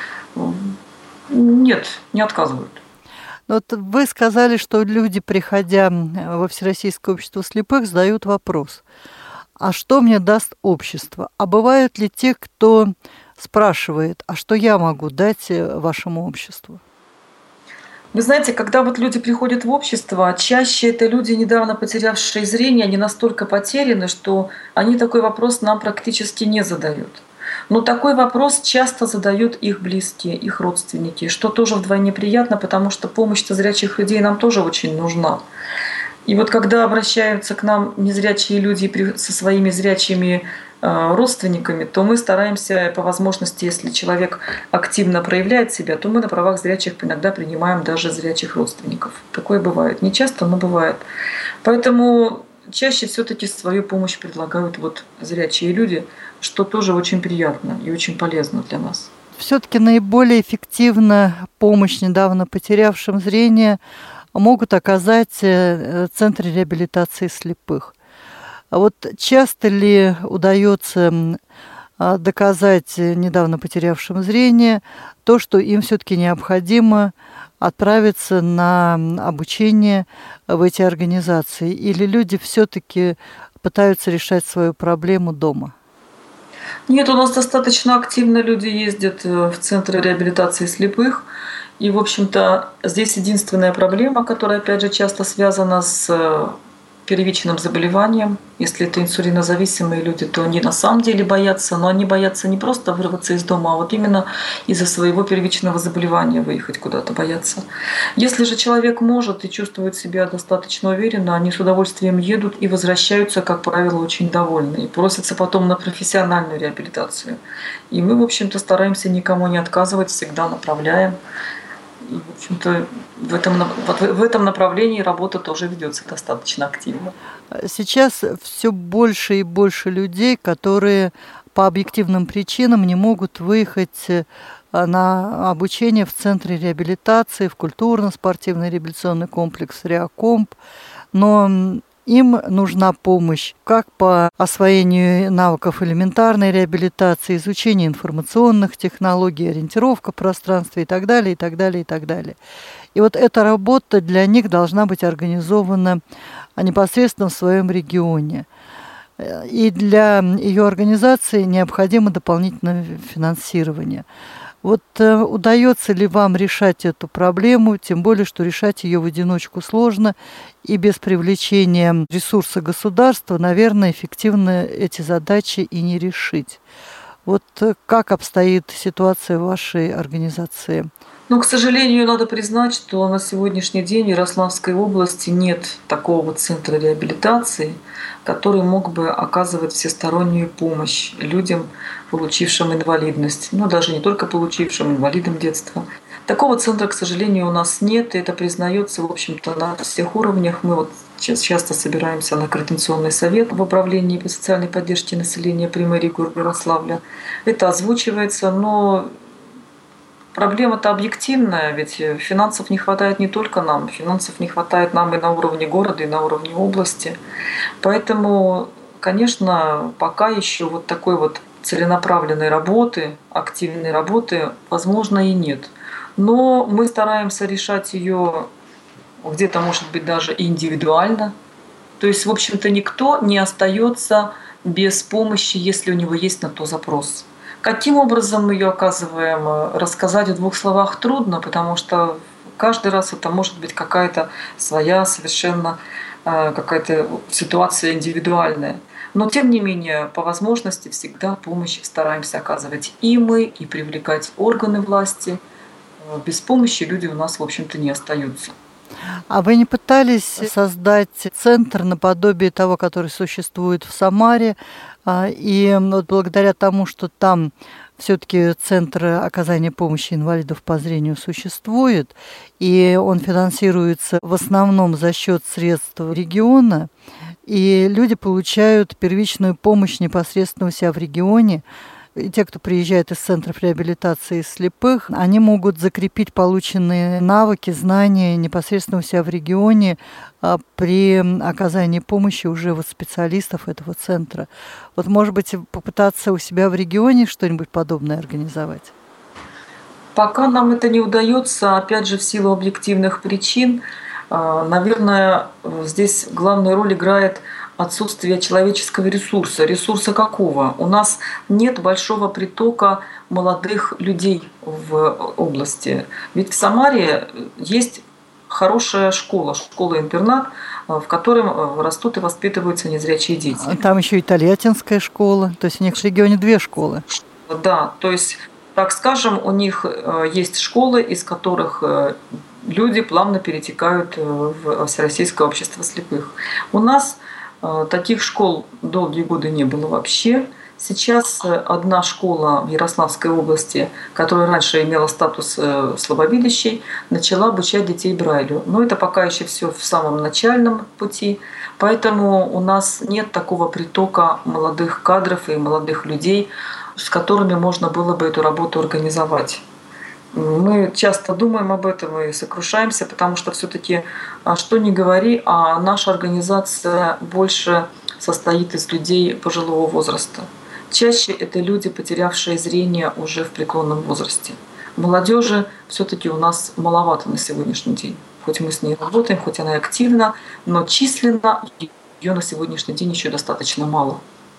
Speaker 3: Нет, не отказывают.
Speaker 2: Вот вы сказали, что люди, приходя во Всероссийское общество слепых, задают вопрос: а что мне даст общество? А бывают ли те, кто спрашивает: а что я могу дать вашему обществу?
Speaker 3: Вы знаете, когда вот люди приходят в общество, чаще это люди, недавно потерявшие зрение, они настолько потеряны, что они такой вопрос нам практически не задают. Но такой вопрос часто задают их близкие, их родственники, что тоже вдвойне приятно, потому что помощь зрячих людей нам тоже очень нужна. И вот когда обращаются к нам незрячие люди со своими зрячими родственниками, то мы стараемся по возможности, если человек активно проявляет себя, то мы на правах зрячих иногда принимаем даже зрячих родственников. Такое бывает. Не часто, но бывает. Поэтому чаще все-таки свою помощь предлагают вот зрячие люди, что тоже очень приятно и очень полезно для нас.
Speaker 2: Все-таки наиболее эффективно помощь недавно потерявшим зрение могут оказать центры реабилитации слепых. А вот часто ли удается доказать недавно потерявшим зрение то, что им все-таки необходимо отправиться на обучение в эти организации? Или люди все-таки пытаются решать свою проблему дома?
Speaker 3: Нет, у нас достаточно активно люди ездят в центры реабилитации слепых. И, в общем-то, здесь единственная проблема, которая, опять же, часто связана с первичным заболеванием. Если это инсулинозависимые люди, то они на самом деле боятся, но они боятся не просто вырваться из дома, а вот именно из-за своего первичного заболевания выехать куда-то, боятся. Если же человек может и чувствует себя достаточно уверенно, они с удовольствием едут и возвращаются, как правило, очень довольны, и просятся потом на профессиональную реабилитацию. И мы, в общем-то, стараемся никому не отказывать, всегда направляем. И, в общем-то, в этом направлении работа тоже ведется достаточно активно.
Speaker 2: Сейчас все больше и больше людей, которые по объективным причинам не могут выехать на обучение в центре реабилитации, в культурно-спортивный реабилитационный комплекс «Реакомп», но им нужна помощь как по освоению навыков элементарной реабилитации, изучению информационных технологий, ориентировка в пространстве и так далее, и так далее, и так далее. И вот эта работа для них должна быть организована непосредственно в своем регионе. И для ее организации необходимо дополнительное финансирование. Вот удается ли вам решать эту проблему, тем более, что решать ее в одиночку сложно, и без привлечения ресурса государства, наверное, эффективно эти задачи и не решить. Вот как обстоит ситуация в вашей организации?
Speaker 3: Но, к сожалению, надо признать, что на сегодняшний день в Ярославской области нет такого центра реабилитации, который мог бы оказывать всестороннюю помощь людям, получившим инвалидность. Ну, даже не только получившим, инвалидам детства. Такого центра, к сожалению, у нас нет, и это признается, в общем-то, на всех уровнях. Мы вот сейчас часто собираемся на Координационный совет в управлении по социальной поддержке населения при мэрии города Ярославля. Это озвучивается, но проблема-то объективная, ведь финансов не хватает не только нам, финансов не хватает нам и на уровне города, и на уровне области. Поэтому, конечно, пока еще вот такой вот целенаправленной работы, активной работы, возможно, и нет. Но мы стараемся решать ее где-то, может быть, даже индивидуально. То есть, в общем-то, никто не остается без помощи, если у него есть на то запрос. Каким образом мы ее оказываем, рассказать в 2 словах трудно, потому что каждый раз это может быть какая-то своя совершенно какая-то ситуация индивидуальная. Но тем не менее, по возможности всегда помощь стараемся оказывать и мы, и привлекать органы власти. Без помощи люди у нас, в общем-то, не остаются.
Speaker 2: А вы не пытались создать центр наподобие того, который существует в Самаре, и вот благодаря тому, что там все-таки центр оказания помощи инвалидов по зрению существует, и он финансируется в основном за счет средств региона, и люди получают первичную помощь непосредственно у себя в регионе. И те, кто приезжает из центров реабилитации слепых, они могут закрепить полученные навыки, знания непосредственно у себя в регионе при оказании помощи уже вот специалистов этого центра. Вот, может быть, попытаться у себя в регионе что-нибудь подобное организовать?
Speaker 3: Пока нам это не удается, опять же, в силу объективных причин. Наверное, здесь главную роль играет отсутствие человеческого ресурса. Ресурса какого? У нас нет большого притока молодых людей в области. Ведь в Самаре есть хорошая школа, школа-интернат, в котором растут и воспитываются незрячие дети.
Speaker 2: Там еще и Тольяттинская школа, то есть у них в регионе 2 школы.
Speaker 3: Да, то есть, так скажем, у них есть школы, из которых люди плавно перетекают в Всероссийское общество слепых. У нас таких школ долгие годы не было вообще. Сейчас одна школа в Ярославской области, которая раньше имела статус слабовидящей, начала обучать детей Брайлю. Но это пока еще все в самом начальном пути. Поэтому у нас нет такого притока молодых кадров и молодых людей, с которыми можно было бы эту работу организовать. Мы часто думаем об этом и сокрушаемся, потому что все-таки, что ни говори, а наша организация больше состоит из людей пожилого возраста. Чаще это люди, потерявшие зрение уже в преклонном возрасте. Молодежи все-таки у нас маловато на сегодняшний день. Хоть мы с ней работаем, хоть она и активна, но численно ее на сегодняшний день еще достаточно мало.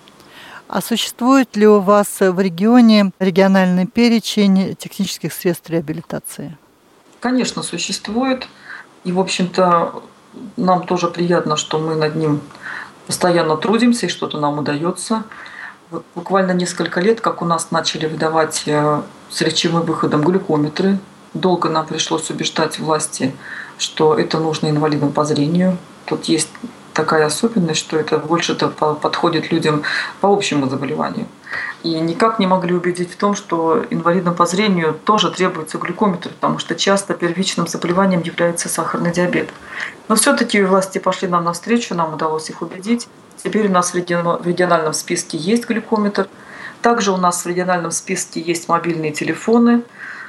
Speaker 2: А существует ли у вас в регионе региональный перечень технических средств реабилитации?
Speaker 3: Конечно, существует. И, в общем-то, нам тоже приятно, что мы над ним постоянно трудимся и что-то нам удается. Вот буквально несколько лет, как у нас начали выдавать с речевым выходом глюкометры. Долго нам пришлось убеждать власти, что это нужно инвалидам по зрению. Тут есть такая особенность, что это больше подходит людям по общему заболеванию. И никак не могли убедить в том, что инвалидам по зрению тоже требуется глюкометр, потому что часто первичным заболеванием является сахарный диабет. Но все-таки власти пошли нам навстречу, нам удалось их убедить. Теперь у нас в региональном списке есть глюкометр. Также у нас в региональном списке есть мобильные телефоны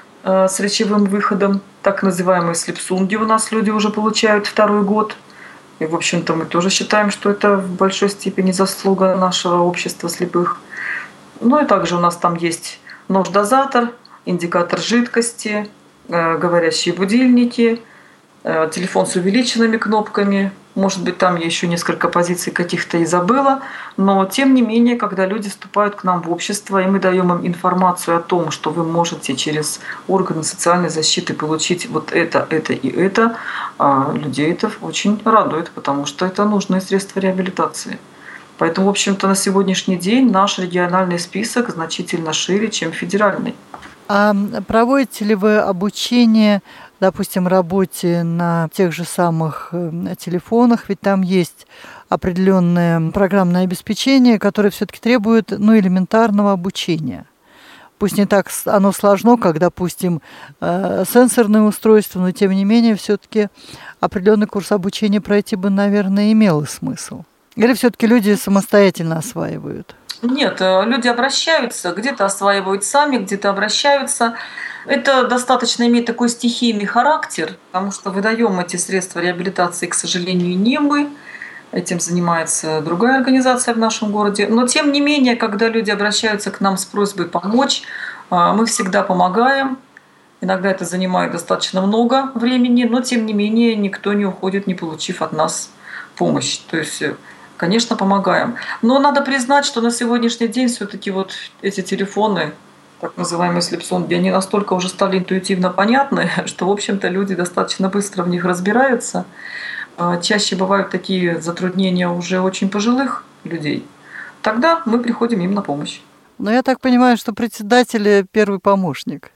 Speaker 3: с речевым выходом, так называемые слепсунги у нас люди уже получают второй год. И, в общем-то, мы тоже считаем, что это в большой степени заслуга нашего общества слепых. Ну и также у нас там есть нож-дозатор, индикатор жидкости, говорящие будильники, телефон с увеличенными кнопками. Может быть, там я еще несколько позиций каких-то и забыла, но тем не менее, когда люди вступают к нам в общество, и мы даем им информацию о том, что вы можете через органы социальной защиты получить вот это и это, людей это очень радует, потому что это нужные средства реабилитации. Поэтому, в общем-то, на сегодняшний день наш региональный список значительно шире, чем федеральный.
Speaker 2: А проводите ли вы обучение, допустим, работе на тех же самых телефонах? Ведь там есть определенное программное обеспечение, которое все-таки требует элементарного обучения. Пусть не так оно сложно, как, допустим, сенсорное устройство, но тем не менее все-таки определенный курс обучения пройти бы, наверное, имело смысл. Или все-таки люди самостоятельно осваивают?
Speaker 3: Нет, люди обращаются, где-то осваивают сами, где-то обращаются. Это достаточно имеет такой стихийный характер, потому что выдаем эти средства реабилитации, к сожалению, не мы. Этим занимается другая организация в нашем городе. Но тем не менее, когда люди обращаются к нам с просьбой помочь, мы всегда помогаем. Иногда это занимает достаточно много времени, но тем не менее никто не уходит, не получив от нас помощь. То есть, конечно, помогаем. Но надо признать, что на сегодняшний день все-таки вот эти телефоны, так называемые слепсунги, они настолько уже стали интуитивно понятны, что, в общем-то, люди достаточно быстро в них разбираются. Чаще бывают такие затруднения уже очень пожилых людей. Тогда мы приходим им на помощь.
Speaker 2: Но я так понимаю, что председатель первый помощник.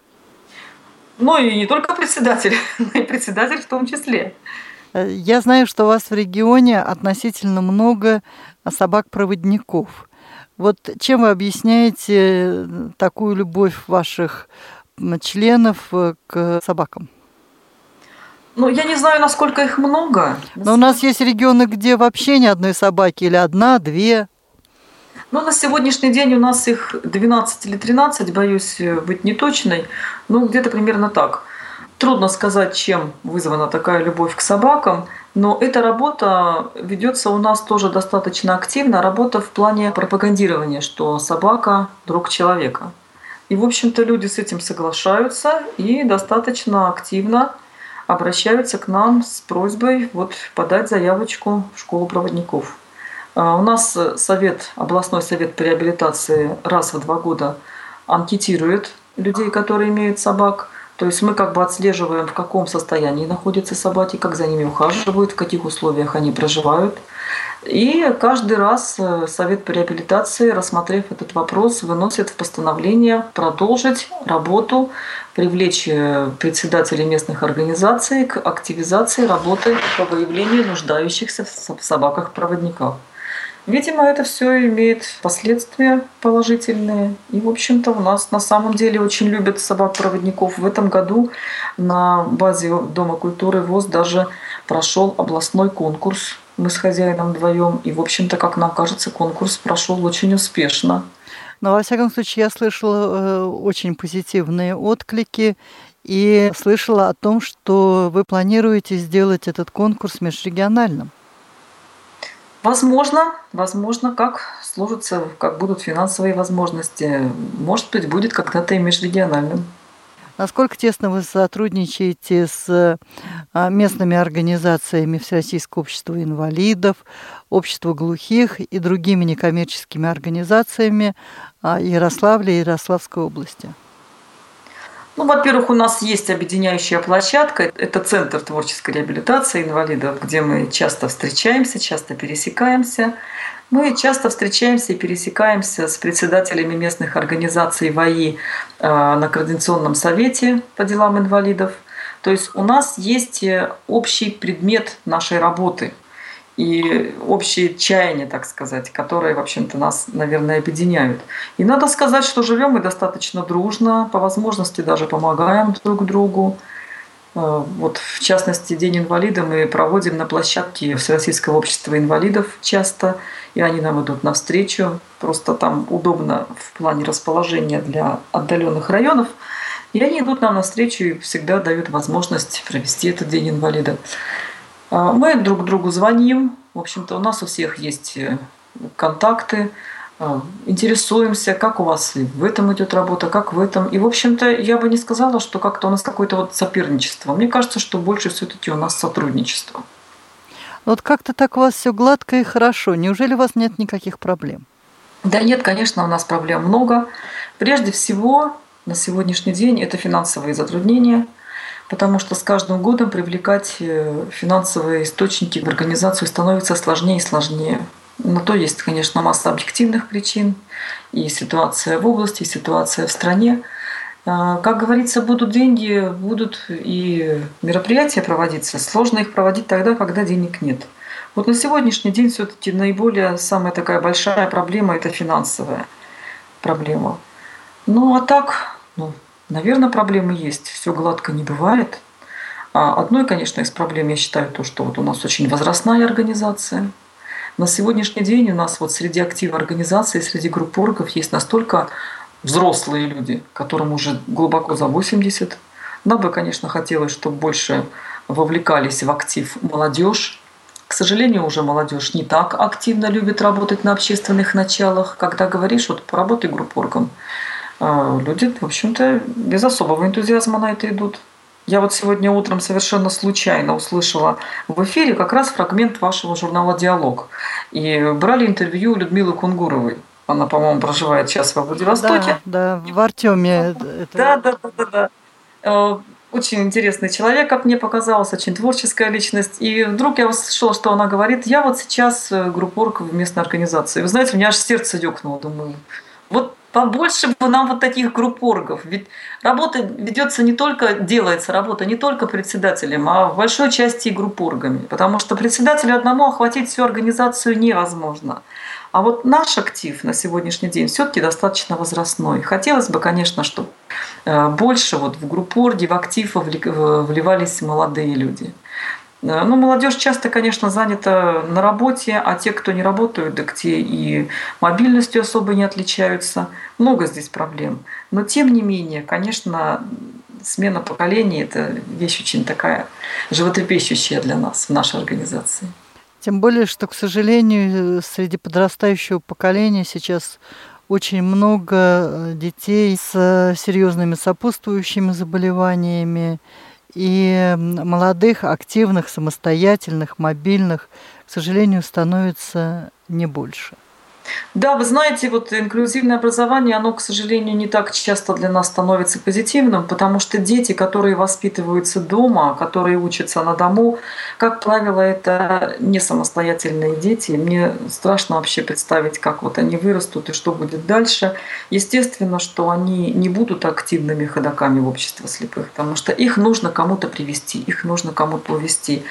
Speaker 3: Ну и не только председатель, но и председатель в том числе.
Speaker 2: Я знаю, что у вас в регионе относительно много собак-проводников. Вот чем вы объясняете такую любовь ваших членов к собакам?
Speaker 3: Ну, я не знаю, насколько их много.
Speaker 2: Но у нас есть регионы, где вообще ни одной собаки, или одна, две.
Speaker 3: Ну, на сегодняшний день у нас их 12 или 13, боюсь быть неточной, но где-то примерно так. Трудно сказать, чем вызвана такая любовь к собакам, но эта работа ведется у нас тоже достаточно активно. Работа в плане пропагандирования, что собака – друг человека. И, в общем-то, люди с этим соглашаются и достаточно активно обращаются к нам с просьбой подать заявочку в школу проводников. У нас областной совет по реабилитации раз в 2 года анкетирует людей, которые имеют собак. То есть мы отслеживаем, в каком состоянии находятся собаки, как за ними ухаживают, в каких условиях они проживают. И каждый раз Совет по реабилитации, рассмотрев этот вопрос, выносит в постановление продолжить работу, привлечь председателей местных организаций к активизации работы по выявлению нуждающихся в собаках-проводниках. Видимо, это все имеет последствия положительные. И, в общем-то, у нас на самом деле очень любят собак-проводников. В этом году на базе Дома культуры ВОС даже прошел областной конкурс. Мы с хозяином вдвоем. И, в общем-то, как нам кажется, конкурс прошел очень успешно.
Speaker 2: Но, во всяком случае, я слышала очень позитивные отклики и слышала о том, что вы планируете сделать этот конкурс межрегиональным.
Speaker 3: Возможно, как сложатся, как будут финансовые возможности. Может быть, будет когда-то и межрегиональным.
Speaker 2: Насколько тесно вы сотрудничаете с местными организациями Всероссийского общества инвалидов, Общества глухих и другими некоммерческими организациями Ярославля и Ярославской области?
Speaker 3: Ну, во-первых, у нас есть объединяющая площадка. Это Центр творческой реабилитации инвалидов, где мы часто встречаемся, часто пересекаемся. Мы часто встречаемся и пересекаемся с председателями местных организаций ВАИ на Координационном совете по делам инвалидов. То есть у нас есть общий предмет нашей работы и общие чаяния, так сказать, которые, в общем-то, нас, наверное, объединяют. И надо сказать, что живем мы достаточно дружно, по возможности даже помогаем друг другу. Вот, в частности, День инвалида мы проводим на площадке Всероссийского общества инвалидов часто, и они нам идут навстречу. Просто там удобно в плане расположения для отдаленных районов. И они идут нам навстречу и всегда дают возможность провести этот День инвалида. Мы друг другу звоним. В общем-то, у нас у всех есть контакты. Интересуемся, как у вас и в этом идет работа, как в этом. И, в общем-то, я бы не сказала, что как-то у нас какое-то вот соперничество. Мне кажется, что больше все-таки у нас сотрудничество.
Speaker 2: Вот как-то так у вас все гладко и хорошо. Неужели у вас нет никаких проблем?
Speaker 3: Да нет, конечно, у нас проблем много. Прежде всего, на сегодняшний день это финансовые затруднения, потому что с каждым годом привлекать финансовые источники в организацию становится сложнее и сложнее. На то есть, конечно, масса объективных причин. И ситуация в области, и ситуация в стране. Как говорится, будут деньги, будут и мероприятия проводиться. Сложно их проводить тогда, когда денег нет. Вот на сегодняшний день все-таки наиболее самая такая большая проблема – это финансовая проблема. Ну а так, наверное, проблемы есть. Все гладко не бывает. Одной, конечно, из проблем я считаю то, что вот у нас очень возрастная организация. На сегодняшний день у нас вот среди актива организации, среди групп оргов есть настолько взрослые люди, которым уже глубоко за 80. Нам бы, конечно, хотелось, чтобы больше вовлекались в актив молодежь. К сожалению, уже молодежь не так активно любит работать на общественных началах. Когда говоришь, вот поработай группоргом, люди, в общем-то, без особого энтузиазма на это идут. Я вот сегодня утром совершенно случайно услышала в эфире как раз фрагмент вашего журнала «Диалог». И брали интервью Людмилы Кунгуровой. Она, по-моему, проживает сейчас во Владивостоке.
Speaker 2: Да, в Артеме.
Speaker 3: Да. Очень интересный человек, как мне показалось, очень творческая личность. И вдруг я услышала, что она говорит: я вот сейчас группорг в местной организации. Вы знаете, у меня аж сердце ёкнуло. Думаю, вот побольше бы нам вот таких группоргов. Ведь работа ведется не только, делается работа не только председателем, а в большой части и группоргами. Потому что председателю одному охватить всю организацию невозможно. А вот наш актив на сегодняшний день все-таки достаточно возрастной. Хотелось бы, конечно, чтобы больше вот в группорги, в актив вливались молодые люди. Ну, молодежь часто, конечно, занята на работе, а те, кто не работают, так те и мобильностью особо не отличаются. Много здесь проблем. Но, тем не менее, конечно, смена поколений – это вещь очень такая животрепещущая для нас в нашей организации.
Speaker 2: Тем более, что, к сожалению, среди подрастающего поколения сейчас очень много детей с серьезными сопутствующими заболеваниями, и молодых, активных, самостоятельных, мобильных, к сожалению, становится не больше.
Speaker 3: Да, вы знаете, вот инклюзивное образование, оно, к сожалению, не так часто для нас становится позитивным, потому что дети, которые воспитываются дома, которые учатся на дому, как правило, это не самостоятельные дети. Мне страшно вообще представить, как вот они вырастут и что будет дальше. Естественно, что они не будут активными ходоками в обществе слепых, потому что их нужно кому-то привести, их нужно кому-то увести.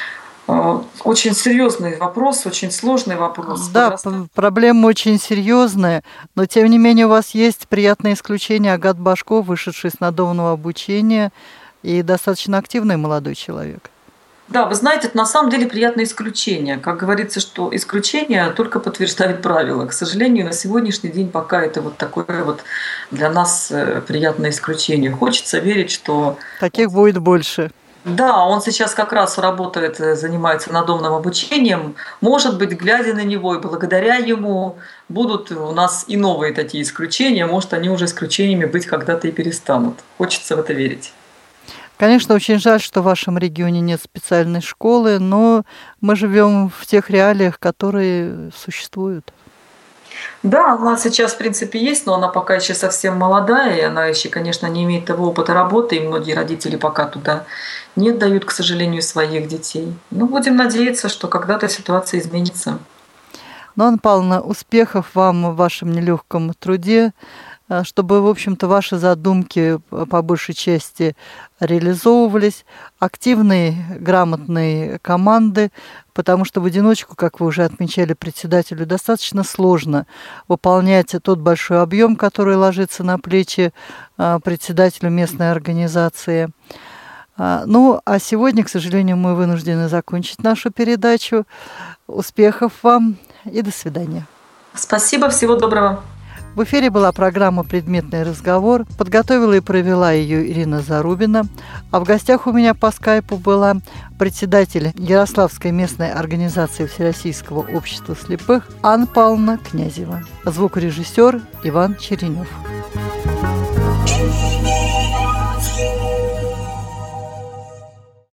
Speaker 3: Очень серьезный вопрос, очень сложный вопрос.
Speaker 2: Да, проблема очень серьезная, но тем не менее у вас есть приятное исключение. Агат Башко, вышедший с надомного обучения и достаточно активный молодой человек.
Speaker 3: Да, вы знаете, это на самом деле приятное исключение. Как говорится, что исключение только подтверждает правила. К сожалению, на сегодняшний день пока это вот такое вот для нас приятное исключение. Хочется верить, что...
Speaker 2: Таких будет больше.
Speaker 3: Да, он сейчас как раз работает, занимается надомным обучением. Может быть, глядя на него и благодаря ему, будут у нас и новые такие исключения. Может, они уже исключениями быть когда-то и перестанут. Хочется в это верить.
Speaker 2: Конечно, очень жаль, что в вашем регионе нет специальной школы, но мы живем в тех реалиях, которые существуют.
Speaker 3: Да, она сейчас, в принципе, есть, но она пока еще совсем молодая, и она еще, конечно, не имеет того опыта работы, и многие родители пока туда не отдают, к сожалению, своих детей. Но будем надеяться, что когда-то ситуация изменится.
Speaker 2: Ну, Анна Павловна, успехов вам в вашем нелегком труде, чтобы, в общем-то, ваши задумки по большей части реализовывались, активные, грамотные команды, потому что в одиночку, как вы уже отмечали, председателю достаточно сложно выполнять тот большой объем, который ложится на плечи председателю местной организации. Ну, а сегодня, к сожалению, мы вынуждены закончить нашу передачу. Успехов вам и до свидания.
Speaker 3: Спасибо, всего доброго.
Speaker 2: В эфире была программа «Предметный разговор». Подготовила и провела ее Ирина Зарубина. А в гостях у меня по скайпу была председатель Ярославской местной организации Всероссийского общества слепых Анна Павловна Князева. Звукорежиссер Иван Черенев.